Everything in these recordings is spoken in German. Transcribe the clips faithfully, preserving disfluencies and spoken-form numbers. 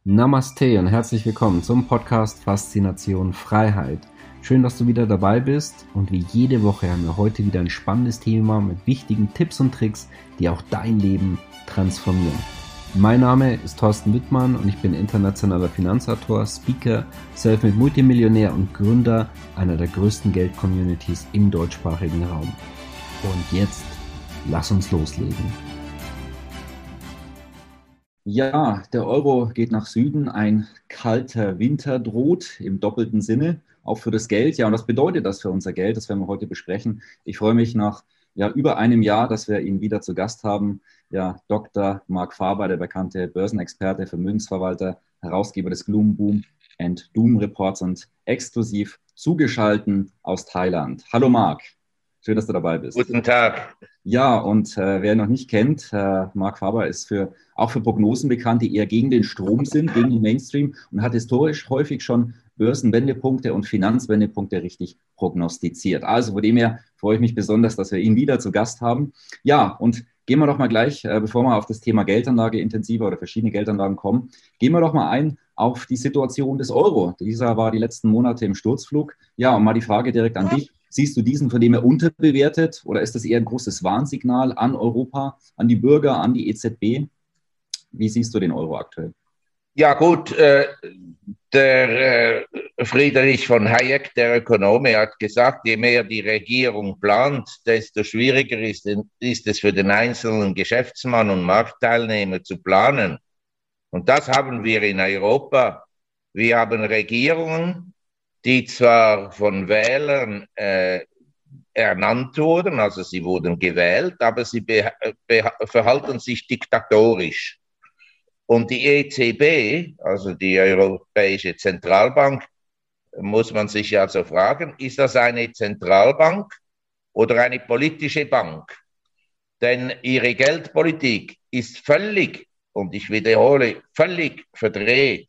Namaste und herzlich willkommen zum Podcast Faszination Freiheit. Schön, dass du wieder dabei bist und wie jede Woche haben wir heute wieder ein spannendes Thema mit wichtigen Tipps und Tricks, die auch dein Leben transformieren. Mein Name ist Thorsten Wittmann und ich bin internationaler Finanzautor, Speaker, Selfmade Multimillionär und Gründer einer der größten Geld-Communities im deutschsprachigen Raum. Und jetzt lass uns loslegen. Ja, der Euro geht nach Süden, ein kalter Winter droht im doppelten Sinne, auch für das Geld. Ja, und was bedeutet das für unser Geld? Das werden wir heute besprechen. Ich freue mich nach ja, über einem Jahr, dass wir ihn wieder zu Gast haben. Ja, Doktor Marc Faber, der bekannte Börsenexperte, Vermögensverwalter, Herausgeber des Gloom, Boom and Doom Reports und exklusiv zugeschaltet aus Thailand. Hallo Marc, schön, dass du dabei bist. Guten Tag. Ja, und äh, wer ihn noch nicht kennt, äh, Marc Faber ist für, auch für Prognosen bekannt, die eher gegen den Strom sind, gegen den Mainstream und hat historisch häufig schon Börsenwendepunkte und Finanzwendepunkte richtig prognostiziert. Also von dem her freue ich mich besonders, dass wir ihn wieder zu Gast haben. Ja, und gehen wir doch mal gleich, äh, bevor wir auf das Thema Geldanlage intensiver oder verschiedene Geldanlagen kommen, gehen wir doch mal ein auf die Situation des Euro. Dieser war die letzten Monate im Sturzflug. Ja, und mal die Frage direkt an dich. Siehst du diesen von dem her unterbewertet oder ist das eher ein großes Warnsignal an Europa, an die Bürger, an die E Z B? Wie siehst du den Euro aktuell? Ja gut, äh, der äh, Friedrich von Hayek, der Ökonome, hat gesagt, je mehr die Regierung plant, desto schwieriger ist, ist es für den einzelnen Geschäftsmann und Marktteilnehmer zu planen. Und das haben wir in Europa. Wir haben Regierungen, die zwar von Wählern äh, ernannt wurden, also sie wurden gewählt, aber sie be be verhalten sich diktatorisch. Und die E Z B, also die Europäische Zentralbank, muss man sich also fragen, ist das eine Zentralbank oder eine politische Bank? Denn ihre Geldpolitik ist völlig, und ich wiederhole, völlig verdreht.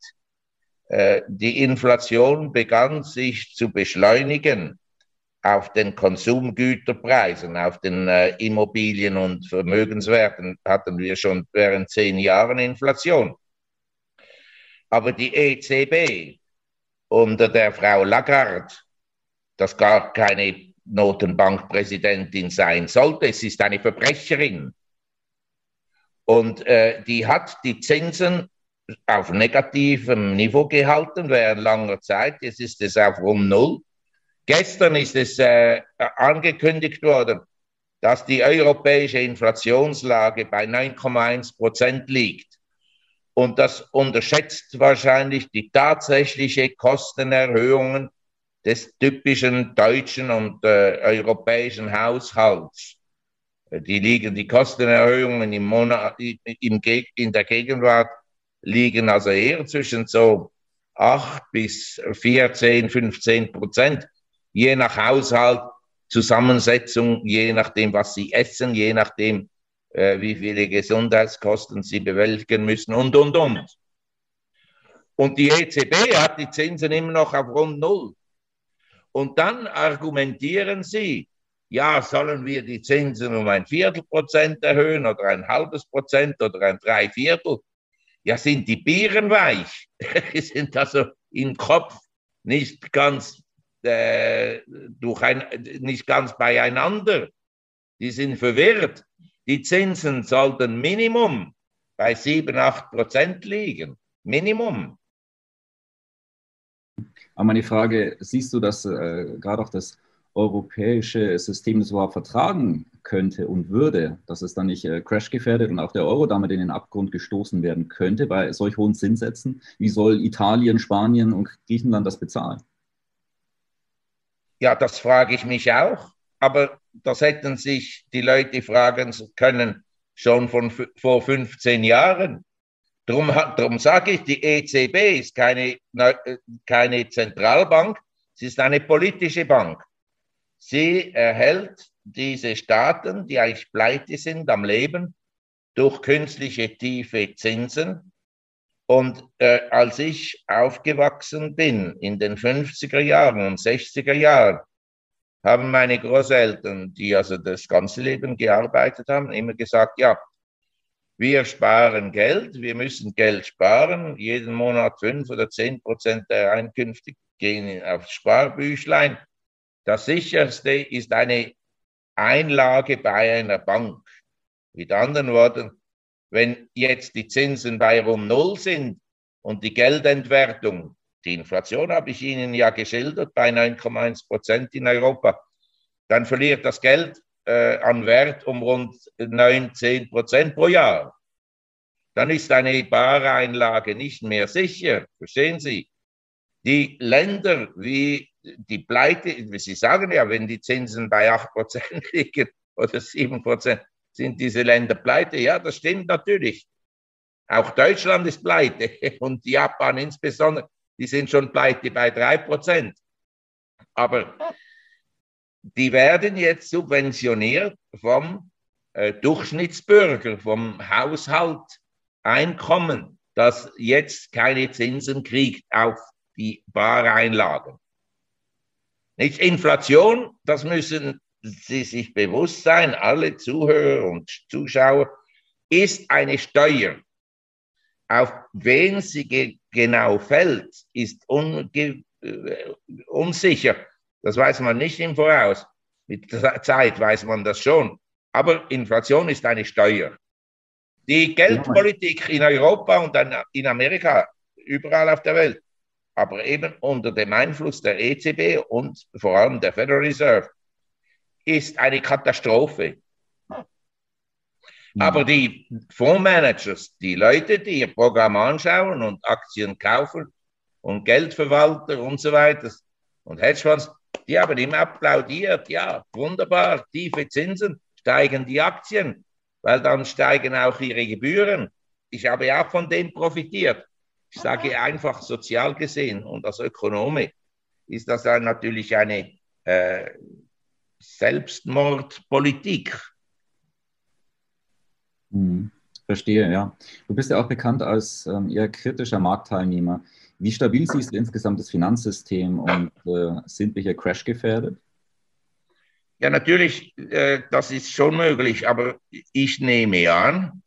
Die Inflation begann sich zu beschleunigen auf den Konsumgüterpreisen, auf den äh, Immobilien- und Vermögenswerten hatten wir schon während zehn Jahren Inflation. Aber die E Z B unter der Frau Lagarde, das gar keine Notenbankpräsidentin sein sollte, sie ist eine Verbrecherin. Und äh, die hat die Zinsen auf negativem Niveau gehalten während langer Zeit. Jetzt ist es auf rund null. Gestern ist es äh, angekündigt worden, dass die europäische Inflationslage bei neun Komma eins Prozent liegt. Und das unterschätzt wahrscheinlich die tatsächliche Kostenerhöhungen des typischen deutschen und äh, europäischen Haushalts. Die liegen, die Kostenerhöhungen im Monat, im, in der Gegenwart liegen also eher zwischen so acht bis vierzehn, fünfzehn Prozent, je nach Haushalt, Zusammensetzung, je nachdem, was sie essen, je nachdem, äh, wie viele Gesundheitskosten sie bewältigen müssen und, und, und. Und die E Z B hat die Zinsen immer noch auf rund null. Und dann argumentieren sie, ja, sollen wir die Zinsen um ein Viertelprozent erhöhen oder ein halbes Prozent oder ein Dreiviertel? Ja, sind die Bieren weich? Die sind also im Kopf nicht ganz, äh, durch ein, nicht ganz beieinander. Die sind verwirrt. Die Zinsen sollten Minimum bei sieben, acht Prozent liegen. Minimum. Aber meine Frage, siehst du, dass äh, gerade auch das europäische System das überhaupt vertragen könnte und würde, dass es dann nicht äh, crashgefährdet und auch der Euro damit in den Abgrund gestoßen werden könnte bei solch hohen Zinssätzen? Wie soll Italien, Spanien und Griechenland das bezahlen? Ja, das frage ich mich auch. Aber das hätten sich die Leute fragen können schon von vor fünfzehn Jahren. Darum, darum sage ich, die E Z B ist keine, keine Zentralbank, sie ist eine politische Bank. Sie erhält diese Staaten, die eigentlich pleite sind am Leben, durch künstliche tiefe Zinsen. Und äh, als ich aufgewachsen bin in den fünfziger Jahren und sechziger Jahren, haben meine Großeltern, die also das ganze Leben gearbeitet haben, immer gesagt, ja, wir sparen Geld, wir müssen Geld sparen, jeden Monat fünf oder zehn Prozent der Einkünfte gehen aufs Sparbüchlein. Das sicherste ist eine Einlage bei einer Bank. Mit anderen Worten, wenn jetzt die Zinsen bei rund null sind und die Geldentwertung, die Inflation habe ich Ihnen ja geschildert, bei neun Komma eins Prozent in Europa, dann verliert das Geld äh, an Wert um rund neun, zehn Prozent pro Jahr. Dann ist eine Bareinlage nicht mehr sicher, verstehen Sie? Die Länder wie die Pleite, Sie sagen ja, wenn die Zinsen bei acht Prozent liegen oder sieben Prozent, sind diese Länder pleite. Ja, das stimmt natürlich. Auch Deutschland ist pleite und Japan insbesondere, die sind schon pleite bei drei Prozent. Aber die werden jetzt subventioniert vom äh, Durchschnittsbürger, vom Haushalteinkommen, das jetzt keine Zinsen kriegt auf die Bareinlagen. Nicht Inflation, das müssen Sie sich bewusst sein, alle Zuhörer und Zuschauer, ist eine Steuer. Auf wen sie ge genau fällt, ist unge äh, unsicher. Das weiß man nicht im Voraus. Mit der Zeit weiß man das schon. Aber Inflation ist eine Steuer. Die Geldpolitik in Europa und in Amerika, überall auf der Welt, aber eben unter dem Einfluss der E Z B und vor allem der Federal Reserve, ist eine Katastrophe. Mhm. Aber die Fondsmanagers, die Leute, die ihr Programm anschauen und Aktien kaufen und Geldverwalter und so weiter und Hedgefonds, die haben immer applaudiert, ja, wunderbar, tiefe Zinsen, steigen die Aktien, weil dann steigen auch ihre Gebühren. Ich habe auch von dem profitiert. Ich sage einfach sozial gesehen und als Ökonome ist das dann natürlich eine äh, Selbstmordpolitik. Hm, verstehe, ja. Du bist ja auch bekannt als ähm, eher kritischer Marktteilnehmer. Wie stabil siehst du insgesamt das Finanzsystem und äh, sind wir hier crashgefährdet? Ja, natürlich, äh, das ist schon möglich, aber ich nehme an,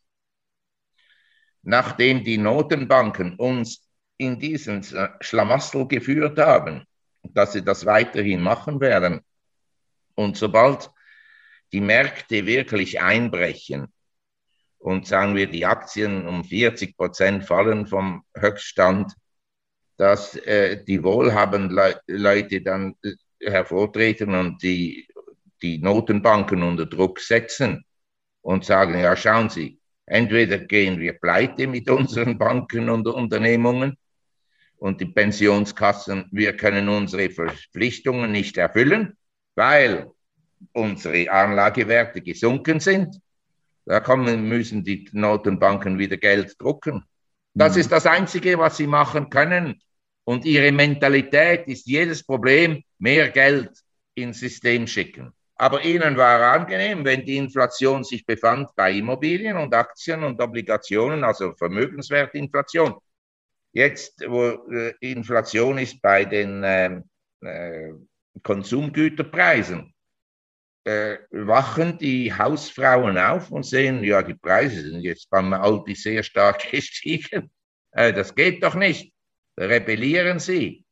nachdem die Notenbanken uns in diesen Schlamassel geführt haben, dass sie das weiterhin machen werden. Und sobald die Märkte wirklich einbrechen und sagen wir, die Aktien um vierzig Prozent fallen vom Höchststand, dass äh, die wohlhabenden Le Leute dann äh, hervortreten und die, die Notenbanken unter Druck setzen und sagen, ja, schauen Sie, entweder gehen wir pleite mit unseren Banken und Unternehmungen und die Pensionskassen, wir können unsere Verpflichtungen nicht erfüllen, weil unsere Anlagewerte gesunken sind. Da kommen, müssen die Notenbanken wieder Geld drucken. Das ist das Einzige, was sie machen können. Und ihre Mentalität ist jedes Problem, mehr Geld ins System schicken. Aber ihnen war angenehm, wenn die Inflation sich befand bei Immobilien und Aktien und Obligationen, also Vermögenswertinflation. Jetzt, wo äh, Inflation ist bei den äh, äh, Konsumgüterpreisen, äh, wachen die Hausfrauen auf und sehen, ja, die Preise sind jetzt beim Aldi sehr stark gestiegen. Äh, das geht doch nicht. Da rebellieren sie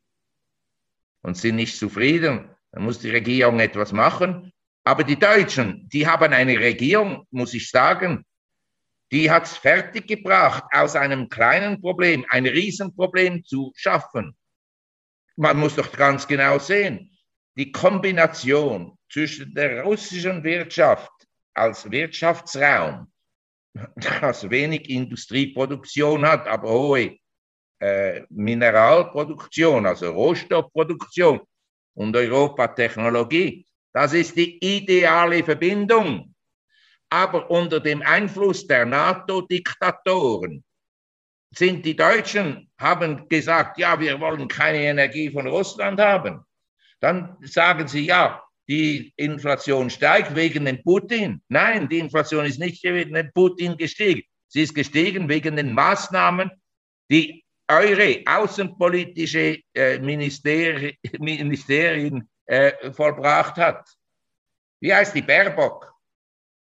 und sind nicht zufrieden. Dann muss die Regierung etwas machen. Aber die Deutschen, die haben eine Regierung, muss ich sagen, die hat es fertiggebracht, aus einem kleinen Problem ein Riesenproblem zu schaffen. Man muss doch ganz genau sehen, die Kombination zwischen der russischen Wirtschaft als Wirtschaftsraum, das wenig Industrieproduktion hat, aber hohe äh, Mineralproduktion, also Rohstoffproduktion und Europa Technologie, das ist die ideale Verbindung. Aber unter dem Einfluss der NATO-Diktatoren sind die Deutschen, haben gesagt, ja, wir wollen keine Energie von Russland haben. Dann sagen sie, ja, die Inflation steigt wegen dem Putin. Nein, die Inflation ist nicht wegen dem Putin gestiegen. Sie ist gestiegen wegen den Maßnahmen, die eure außenpolitische äh, Ministeri Ministerien äh, vollbracht hat. Wie heißt die? Baerbock.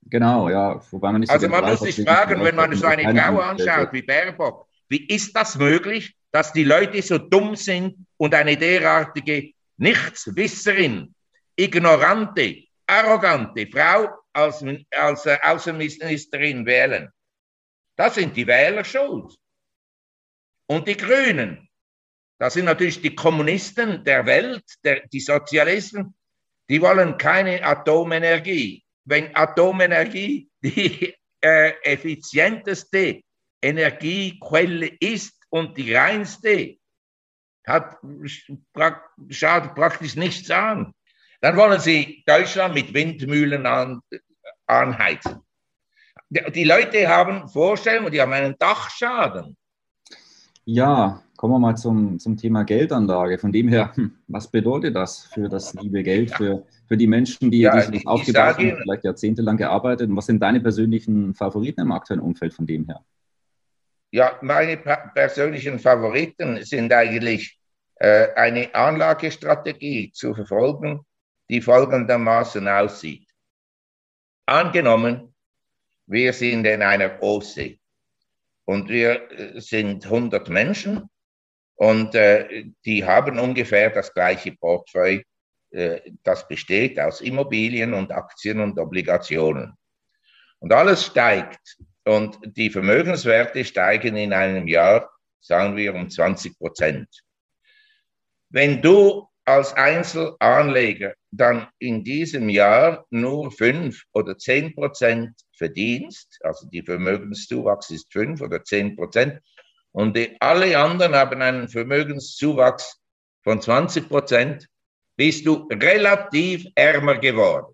Genau, ja, wobei man nicht so Also genau man weiß, muss ob sich es wirklich fragen, wenn gerecht hat, man wenn so da eine keiner Frau angestellt anschaut wird. wie Baerbock, wie ist das möglich, dass die Leute so dumm sind und eine derartige Nichtswisserin, ignorante, arrogante Frau als, als äh, Außenministerin wählen? Das sind die Wähler schuld. Und die Grünen, das sind natürlich die Kommunisten der Welt, der, die Sozialisten, die wollen keine Atomenergie. Wenn Atomenergie die äh, effizienteste Energiequelle ist und die reinste, hat, schadet praktisch nichts an. Dann wollen sie Deutschland mit Windmühlen an, anheizen. Die Leute haben Vorstellungen, die haben einen Dachschaden. Ja, kommen wir mal zum, zum Thema Geldanlage. Von dem her, hm, was bedeutet das für das liebe Geld, für, für die Menschen, die, die Ja, sich das ich aufgebaut haben, sage, vielleicht jahrzehntelang gearbeitet? Und was sind deine persönlichen Favoriten im aktuellen Umfeld von dem her? ja, meine persönlichen Favoriten sind eigentlich äh, eine Anlagestrategie zu verfolgen, die folgendermaßen aussieht. Angenommen, wir sind in einer Ostsee und wir äh, sind hundert Menschen und äh, die haben ungefähr das gleiche Portfolio, äh, das besteht aus Immobilien und Aktien und Obligationen. Und alles steigt und die Vermögenswerte steigen in einem Jahr, sagen wir, um zwanzig Prozent. Wenn du als Einzelanleger dann in diesem Jahr nur fünf oder zehn Prozent verdienst, also die Vermögenszuwachs ist fünf oder zehn Prozent, und die, alle anderen haben einen Vermögenszuwachs von zwanzig Prozent, bist du relativ ärmer geworden.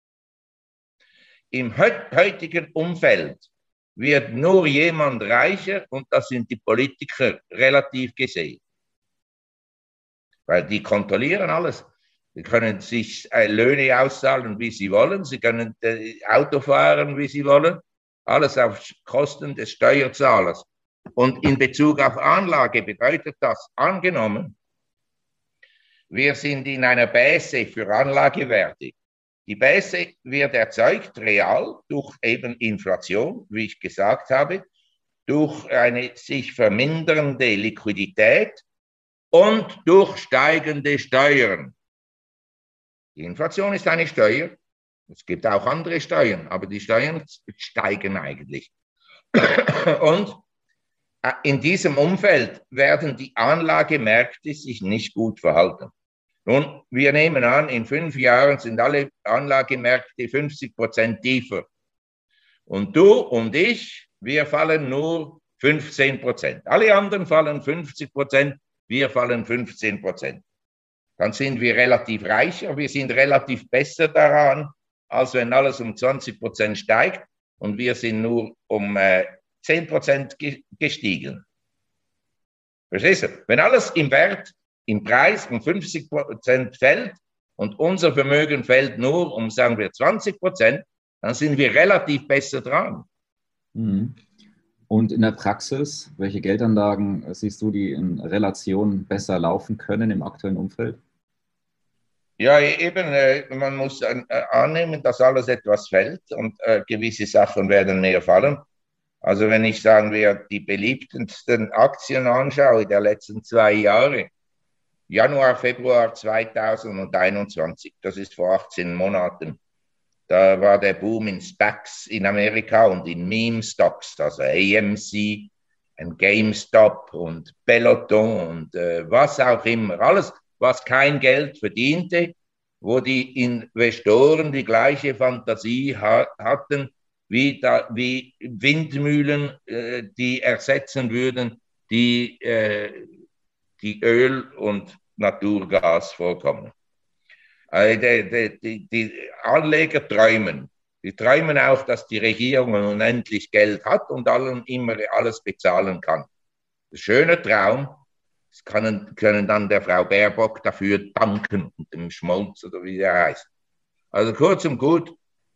Im heutigen Umfeld wird nur jemand reicher und das sind die Politiker relativ gesehen. Weil die kontrollieren alles. Sie können sich Löhne auszahlen, wie sie wollen. Sie können Auto fahren, wie sie wollen. Alles auf Kosten des Steuerzahlers. Und in Bezug auf Anlage bedeutet das, angenommen, wir sind in einer Base für Anlagewerte. Die Base wird erzeugt real durch eben Inflation, wie ich gesagt habe, durch eine sich vermindernde Liquidität und durch steigende Steuern. Die Inflation ist eine Steuer. Es gibt auch andere Steuern, aber die Steuern steigen eigentlich. Und in diesem Umfeld werden die Anlagemärkte sich nicht gut verhalten. Nun, wir nehmen an, in fünf Jahren sind alle Anlagemärkte fünfzig Prozent tiefer. Und du und ich, wir fallen nur fünfzehn Prozent. Alle anderen fallen fünfzig Prozent, wir fallen fünfzehn Prozent. Dann sind wir relativ reicher, wir sind relativ besser daran, als wenn alles um zwanzig Prozent steigt und wir sind nur um äh, zehn Prozent gestiegen. Verstehst du? Wenn alles im Wert, im Preis um fünfzig Prozent fällt und unser Vermögen fällt nur um, sagen wir, zwanzig Prozent, dann sind wir relativ besser dran. Mhm. Und in der Praxis, welche Geldanlagen siehst du, die in Relation besser laufen können im aktuellen Umfeld? Ja, eben, äh, man muss äh, annehmen, dass alles etwas fällt und äh, gewisse Sachen werden mehr fallen. Also wenn ich, sagen wir, die beliebtesten Aktien anschaue der letzten zwei Jahre, Januar, Februar zweitausendeinundzwanzig, das ist vor achtzehn Monaten, da war der Boom in Stocks in Amerika und in Meme-Stocks, also A M C, und GameStop und Peloton und äh, was auch immer, alles, was kein Geld verdiente, wo die Investoren die gleiche Fantasie ha hatten, wie, da, wie Windmühlen, äh, die ersetzen würden, die, äh, die Öl und Naturgas vorkommen. Also die, die, die Anleger träumen. Die träumen auch, dass die Regierung unendlich Geld hat und allen immer alles bezahlen kann. Das schöne Traum. Das können, können dann der Frau Baerbock dafür danken und dem Schmolz oder wie der heißt. Also kurz und gut,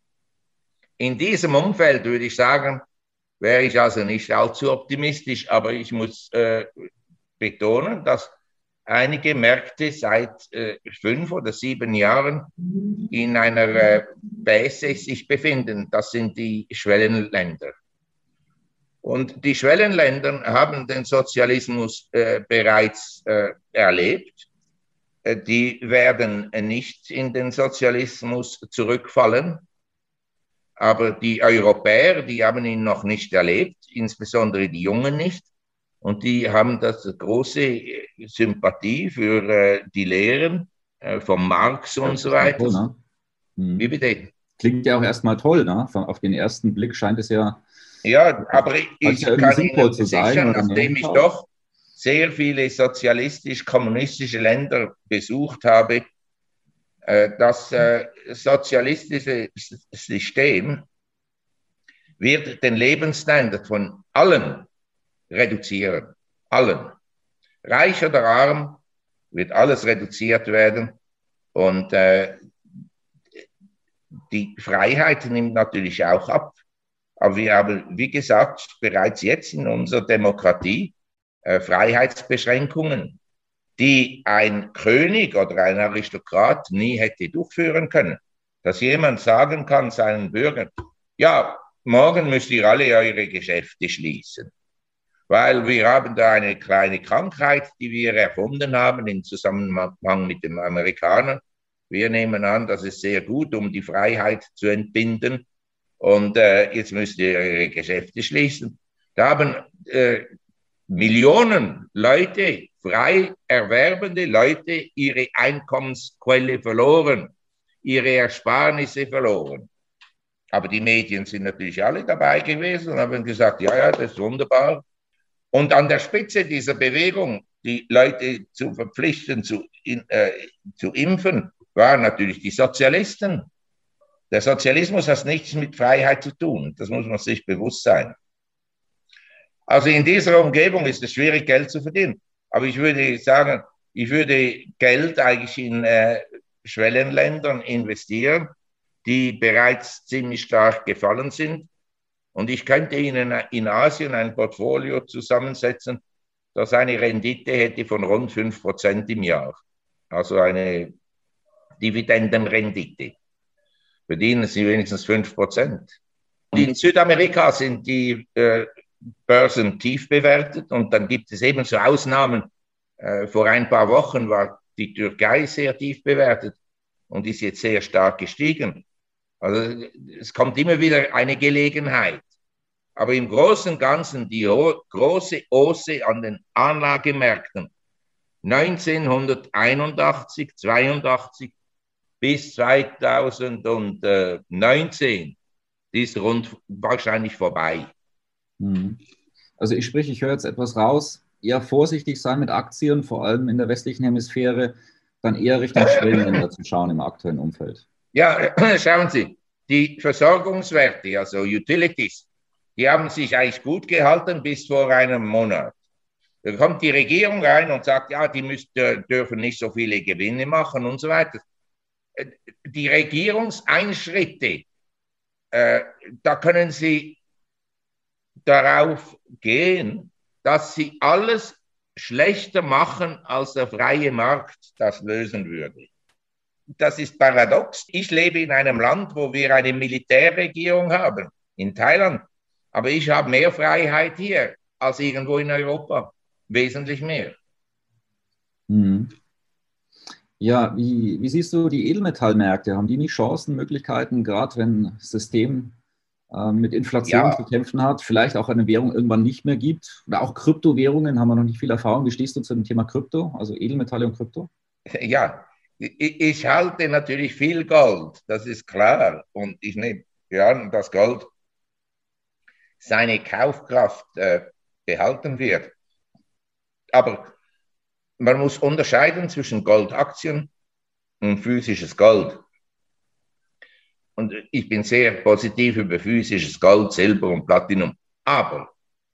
in diesem Umfeld würde ich sagen, wäre ich also nicht allzu optimistisch, aber ich muss äh, betonen, dass einige Märkte seit äh, fünf oder sieben Jahren in einer äh, Base sich befinden. Das sind die Schwellenländer. Und die Schwellenländer haben den Sozialismus äh, bereits äh, erlebt. Äh, die werden äh, nicht in den Sozialismus zurückfallen. Aber die Europäer, die haben ihn noch nicht erlebt, insbesondere die Jungen nicht. Und die haben das große Sympathie für äh, die Lehren äh, von Marx und so weiter. Toll, ne? hm. Wie bitte? Klingt ja auch erstmal toll, ne? Auf den ersten Blick scheint es ja. Ja, aber ich, ich ja kann Ihnen zu sein, versichern, nachdem ich doch sehr viele sozialistisch-kommunistische Länder besucht habe, das äh, sozialistische System wird den Lebensstandard von allen reduzieren. Allen. Reich oder arm wird alles reduziert werden. Und äh, die Freiheit nimmt natürlich auch ab. Aber wir haben, wie gesagt, bereits jetzt in unserer Demokratie äh, Freiheitsbeschränkungen, die ein König oder ein Aristokrat nie hätte durchführen können. Dass jemand sagen kann seinen Bürgern, ja, morgen müsst ihr alle eure Geschäfte schließen, weil wir haben da eine kleine Krankheit, die wir erfunden haben im Zusammenhang mit den Amerikanern. Wir nehmen an, das ist sehr gut, um die Freiheit zu entbinden. Und äh, jetzt müsst ihr eure Geschäfte schließen. Da haben äh, Millionen Leute, frei erwerbende Leute, ihre Einkommensquelle verloren, ihre Ersparnisse verloren. Aber die Medien sind natürlich alle dabei gewesen und haben gesagt, ja, ja, das ist wunderbar. Und an der Spitze dieser Bewegung, die Leute zu verpflichten, zu, in, äh, zu impfen, waren natürlich die Sozialisten. Der Sozialismus hat nichts mit Freiheit zu tun, das muss man sich bewusst sein. Also in dieser Umgebung ist es schwierig, Geld zu verdienen. Aber ich würde sagen, ich würde Geld eigentlich in äh, Schwellenländern investieren, die bereits ziemlich stark gefallen sind. Und ich könnte Ihnen in Asien ein Portfolio zusammensetzen, das eine Rendite hätte von rund fünf Prozent im Jahr. Also eine Dividendenrendite. Verdienen Sie wenigstens fünf Prozent. In Südamerika sind die äh, Börsen tief bewertet und dann gibt es eben so Ausnahmen. Äh, vor ein paar Wochen war die Türkei sehr tief bewertet und ist jetzt sehr stark gestiegen. Also es kommt immer wieder eine Gelegenheit. Aber im Großen und Ganzen die große Hausse an den Anlagemärkten neunzehnhunderteinundachtzig, zweiundachtzig bis zweitausendneunzehn, die ist rund wahrscheinlich vorbei. Also ich sprich, ich höre jetzt etwas raus, eher vorsichtig sein mit Aktien, vor allem in der westlichen Hemisphäre, dann eher Richtung Schwellenländer zu schauen im aktuellen Umfeld. Ja, schauen Sie, die Versorgungswerte, also Utilities, die haben sich eigentlich gut gehalten bis vor einem Monat. Da kommt die Regierung rein und sagt, ja, die müssen, dürfen nicht so viele Gewinne machen und so weiter. Die Regierungseinschritte, äh, da können Sie darauf gehen, dass sie alles schlechter machen, als der freie Markt das lösen würde. Das ist paradox. Ich lebe in einem Land, wo wir eine Militärregierung haben, in Thailand. Aber ich habe mehr Freiheit hier als irgendwo in Europa. Wesentlich mehr. Hm. Ja, wie, wie siehst du die Edelmetallmärkte? Haben die nicht Chancen, Möglichkeiten, gerade wenn das System äh, mit Inflation Ja. zu kämpfen hat, vielleicht auch eine Währung irgendwann nicht mehr gibt? Oder auch Kryptowährungen, haben wir noch nicht viel Erfahrung. Wie stehst du zu dem Thema Krypto, also Edelmetalle und Krypto? Ja, ich, ich halte natürlich viel Gold, das ist klar. Und ich nehme gern, dass Gold seine Kaufkraft äh, behalten wird. Aber man muss unterscheiden zwischen Goldaktien und physisches Gold. Und ich bin sehr positiv über physisches Gold, Silber und Platinum. Aber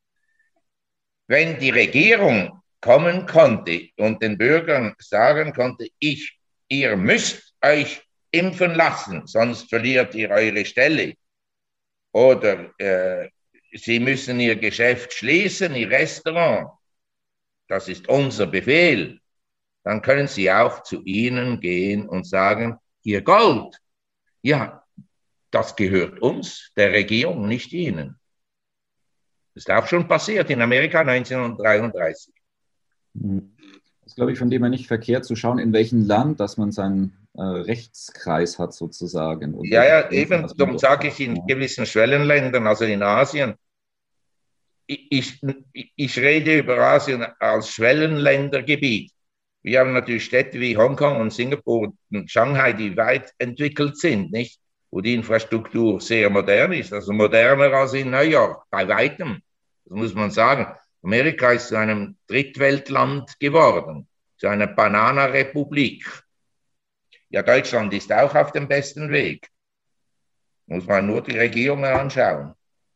wenn die Regierung kommen konnte und den Bürgern sagen konnte, ich, ihr müsst euch impfen lassen, sonst verliert ihr eure Stelle. Oder äh, sie müssen ihr Geschäft schließen, ihr Restaurant. Das ist unser Befehl. dann können sie auch zu ihnen gehen und sagen, ihr Gold, ja, das gehört uns, der Regierung, nicht ihnen. Das ist auch schon passiert in Amerika neunzehnhundertdreiunddreißig. Das ist, glaube ich, von dem her nicht verkehrt zu schauen, in welchem Land, dass man seinen äh, Rechtskreis hat sozusagen. Und ja, ja, Grenzen, eben, darum sage ich, in gewissen Schwellenländern, also in Asien, ich, ich, ich rede über Asien als Schwellenländergebiet. Wir haben natürlich Städte wie Hongkong und Singapur und Shanghai, die weit entwickelt sind, nicht? Wo die Infrastruktur sehr modern ist, also moderner als in New York, bei weitem. Das muss man sagen. Amerika ist zu einem Drittweltland geworden, zu einer Bananenrepublik. Ja, Deutschland ist auch auf dem besten Weg. Muss man nur die Regierungen anschauen.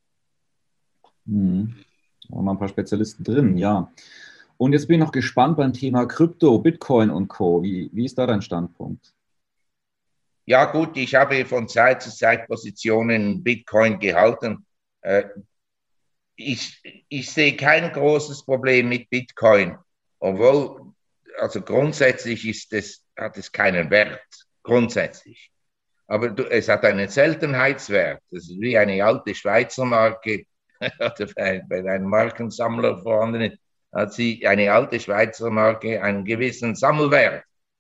Hm. Da haben wir ein paar Spezialisten drin, ja. Und jetzt bin ich noch gespannt beim Thema Krypto, Bitcoin und Co. Wie, wie ist da dein Standpunkt? Ja gut, ich habe von Zeit zu Zeit Positionen in Bitcoin gehalten. Ich, ich sehe kein großes Problem mit Bitcoin, obwohl, also grundsätzlich ist es, hat es keinen Wert, grundsätzlich. Aber du, es hat einen Seltenheitswert. Das ist wie eine alte Schweizer Marke, bei, bei einem Markensammler vorhanden, hat sie eine alte Schweizer Marke einen gewissen Sammelwert.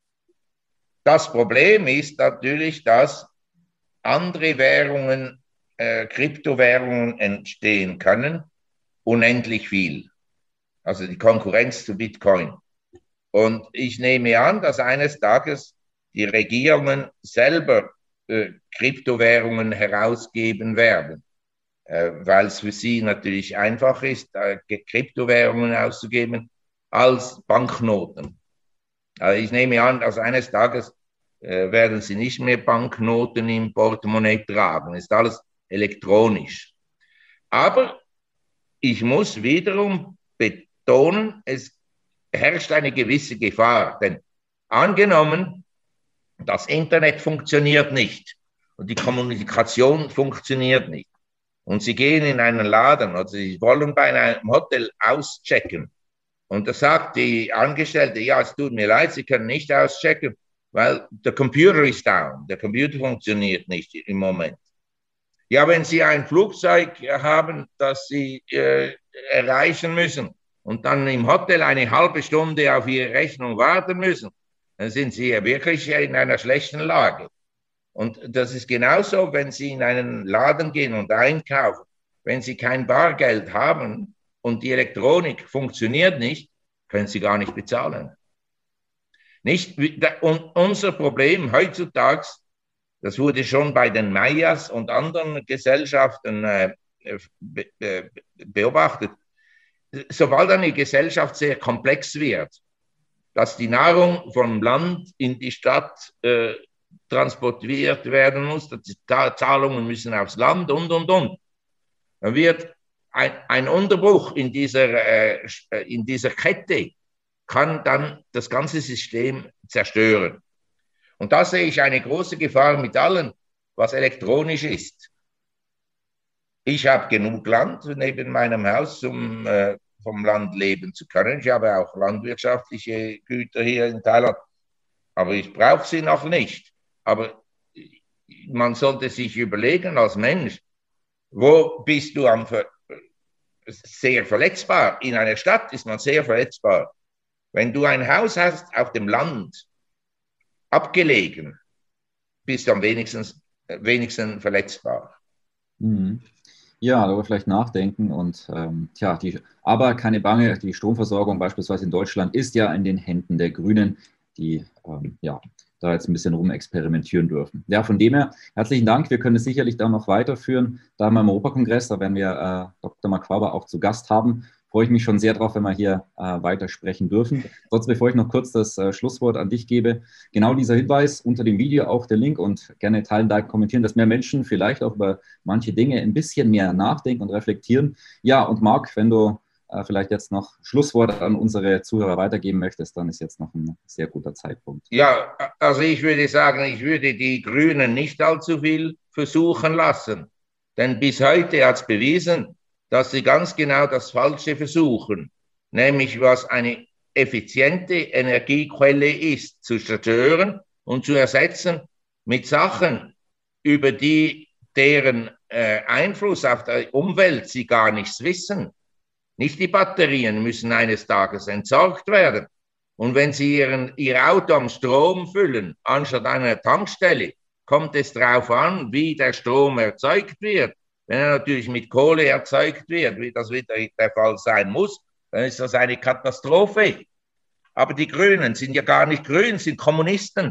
Das Problem ist natürlich, dass andere Währungen, äh, Kryptowährungen entstehen können, unendlich viel. Also die Konkurrenz zu Bitcoin. Und ich nehme an, dass eines Tages die Regierungen selber äh, Kryptowährungen herausgeben werden, äh, weil es für sie natürlich einfach ist, äh, Kryptowährungen auszugeben als Banknoten. Also ich nehme an, dass eines Tages äh, werden sie nicht mehr Banknoten im Portemonnaie tragen. Es ist alles elektronisch. Aber ich muss wiederum betonen, es herrscht eine gewisse Gefahr. Denn angenommen, das Internet funktioniert nicht und die Kommunikation funktioniert nicht. Und Sie gehen in einen Laden oder Sie wollen bei einem Hotel auschecken. Und da sagt die Angestellte, ja, es tut mir leid, Sie können nicht auschecken, weil der Computer ist down. Der Computer funktioniert nicht im Moment. Ja, wenn Sie ein Flugzeug haben, das Sie äh, erreichen müssen und dann im Hotel eine halbe Stunde auf Ihre Rechnung warten müssen, dann sind Sie ja wirklich in einer schlechten Lage. Und das ist genauso, wenn Sie in einen Laden gehen und einkaufen. Wenn Sie kein Bargeld haben und die Elektronik funktioniert nicht, können Sie gar nicht bezahlen. Nicht? Und unser Problem heutzutage, das wurde schon bei den Mayas und anderen Gesellschaften äh, be be beobachtet, sobald eine Gesellschaft sehr komplex wird, dass die Nahrung vom Land in die Stadt äh, transportiert werden muss, dass die Zahlungen müssen aufs Land und, und, und. Dann wird ein, ein Unterbruch in dieser, äh, in dieser Kette kann dann das ganze System zerstören. Und da sehe ich eine große Gefahr mit allem, was elektronisch ist. Ich habe genug Land neben meinem Haus, um äh, vom Land leben zu können. Ich habe auch landwirtschaftliche Güter hier in Thailand, aber ich brauche sie noch nicht. Aber man sollte sich überlegen als Mensch, wo bist du am ver sehr verletzbar? In einer Stadt ist man sehr verletzbar. Wenn du ein Haus hast auf dem Land, abgelegen, bist du am wenigsten, wenigsten verletzbar. Mhm. Ja, darüber vielleicht nachdenken und ähm, tja, die, aber keine Bange, die Stromversorgung beispielsweise in Deutschland ist ja in den Händen der Grünen, die ähm, ja da jetzt ein bisschen rumexperimentieren dürfen. Ja, von dem her, herzlichen Dank. Wir können es sicherlich dann noch weiterführen. Da haben wir im Europakongress, da werden wir äh, Doktor Mark Faber auch zu Gast haben. Freue ich mich schon sehr drauf, wenn wir hier äh, weiter sprechen dürfen. Trotzdem, bevor ich noch kurz das äh, Schlusswort an dich gebe, genau dieser Hinweis, unter dem Video auch der Link und gerne teilen, liken, kommentieren, dass mehr Menschen vielleicht auch über manche Dinge ein bisschen mehr nachdenken und reflektieren. Ja, und Marc, wenn du äh, vielleicht jetzt noch Schlusswort an unsere Zuhörer weitergeben möchtest, dann ist jetzt noch ein sehr guter Zeitpunkt. Ja, also ich würde sagen, ich würde die Grünen nicht allzu viel versuchen lassen, denn bis heute hat es bewiesen, dass sie ganz genau das Falsche versuchen, nämlich was eine effiziente Energiequelle ist, zu zerstören und zu ersetzen mit Sachen, über die deren äh, Einfluss auf die Umwelt sie gar nichts wissen. Nicht die Batterien müssen eines Tages entsorgt werden. Und wenn Sie ihren, Ihr Auto am Strom füllen, anstatt einer Tankstelle, kommt es darauf an, wie der Strom erzeugt wird. Wenn er natürlich mit Kohle erzeugt wird, wie das wieder der Fall sein muss, dann ist das eine Katastrophe. Aber die Grünen sind ja gar nicht grün, sind Kommunisten.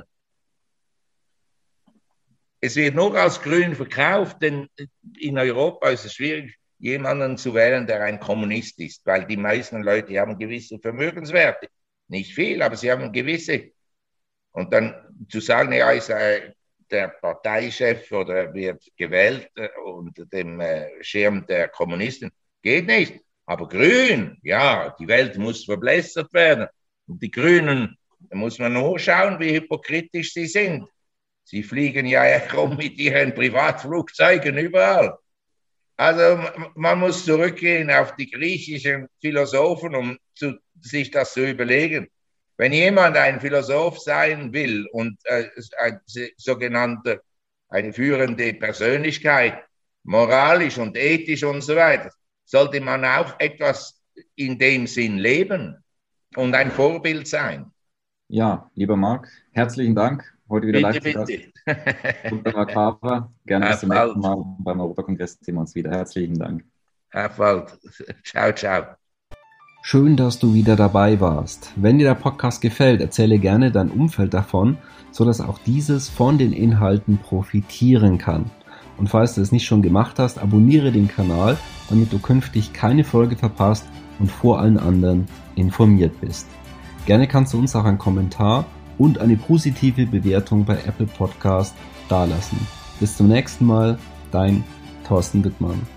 Es wird nur als grün verkauft, denn in Europa ist es schwierig, jemanden zu wählen, der ein Kommunist ist, weil die meisten Leute haben gewisse Vermögenswerte. Nicht viel, aber sie haben gewisse. Und dann zu sagen, ja, ist äh, der Parteichef oder wird gewählt äh, unter dem äh, Schirm der Kommunisten, geht nicht. Aber grün, ja, die Welt muss verbessert werden. Und die Grünen, da muss man nur schauen, wie hypokritisch sie sind. Sie fliegen ja herum mit ihren Privatflugzeugen überall. Also man muss zurückgehen auf die griechischen Philosophen, um zu, sich das zu überlegen. Wenn jemand ein Philosoph sein will und äh, ein sogenannter, eine führende Persönlichkeit, moralisch und ethisch und so weiter, sollte man auch etwas in dem Sinn leben und ein Vorbild sein. Ja, lieber Marc, herzlichen Dank. Heute wieder bitte, live bitte. Und Marc Faber, gerne bis zum nächsten Mal beim Europakongress sehen wir uns wieder. Herzlichen Dank. Herr Wald, ciao, ciao. Schön, dass du wieder dabei warst. Wenn dir der Podcast gefällt, erzähle gerne dein Umfeld davon, sodass auch dieses von den Inhalten profitieren kann. Und falls du es nicht schon gemacht hast, abonniere den Kanal, damit du künftig keine Folge verpasst und vor allen anderen informiert bist. Gerne kannst du uns auch einen Kommentar und eine positive Bewertung bei Apple Podcast dalassen. Bis zum nächsten Mal, dein Thorsten Wittmann.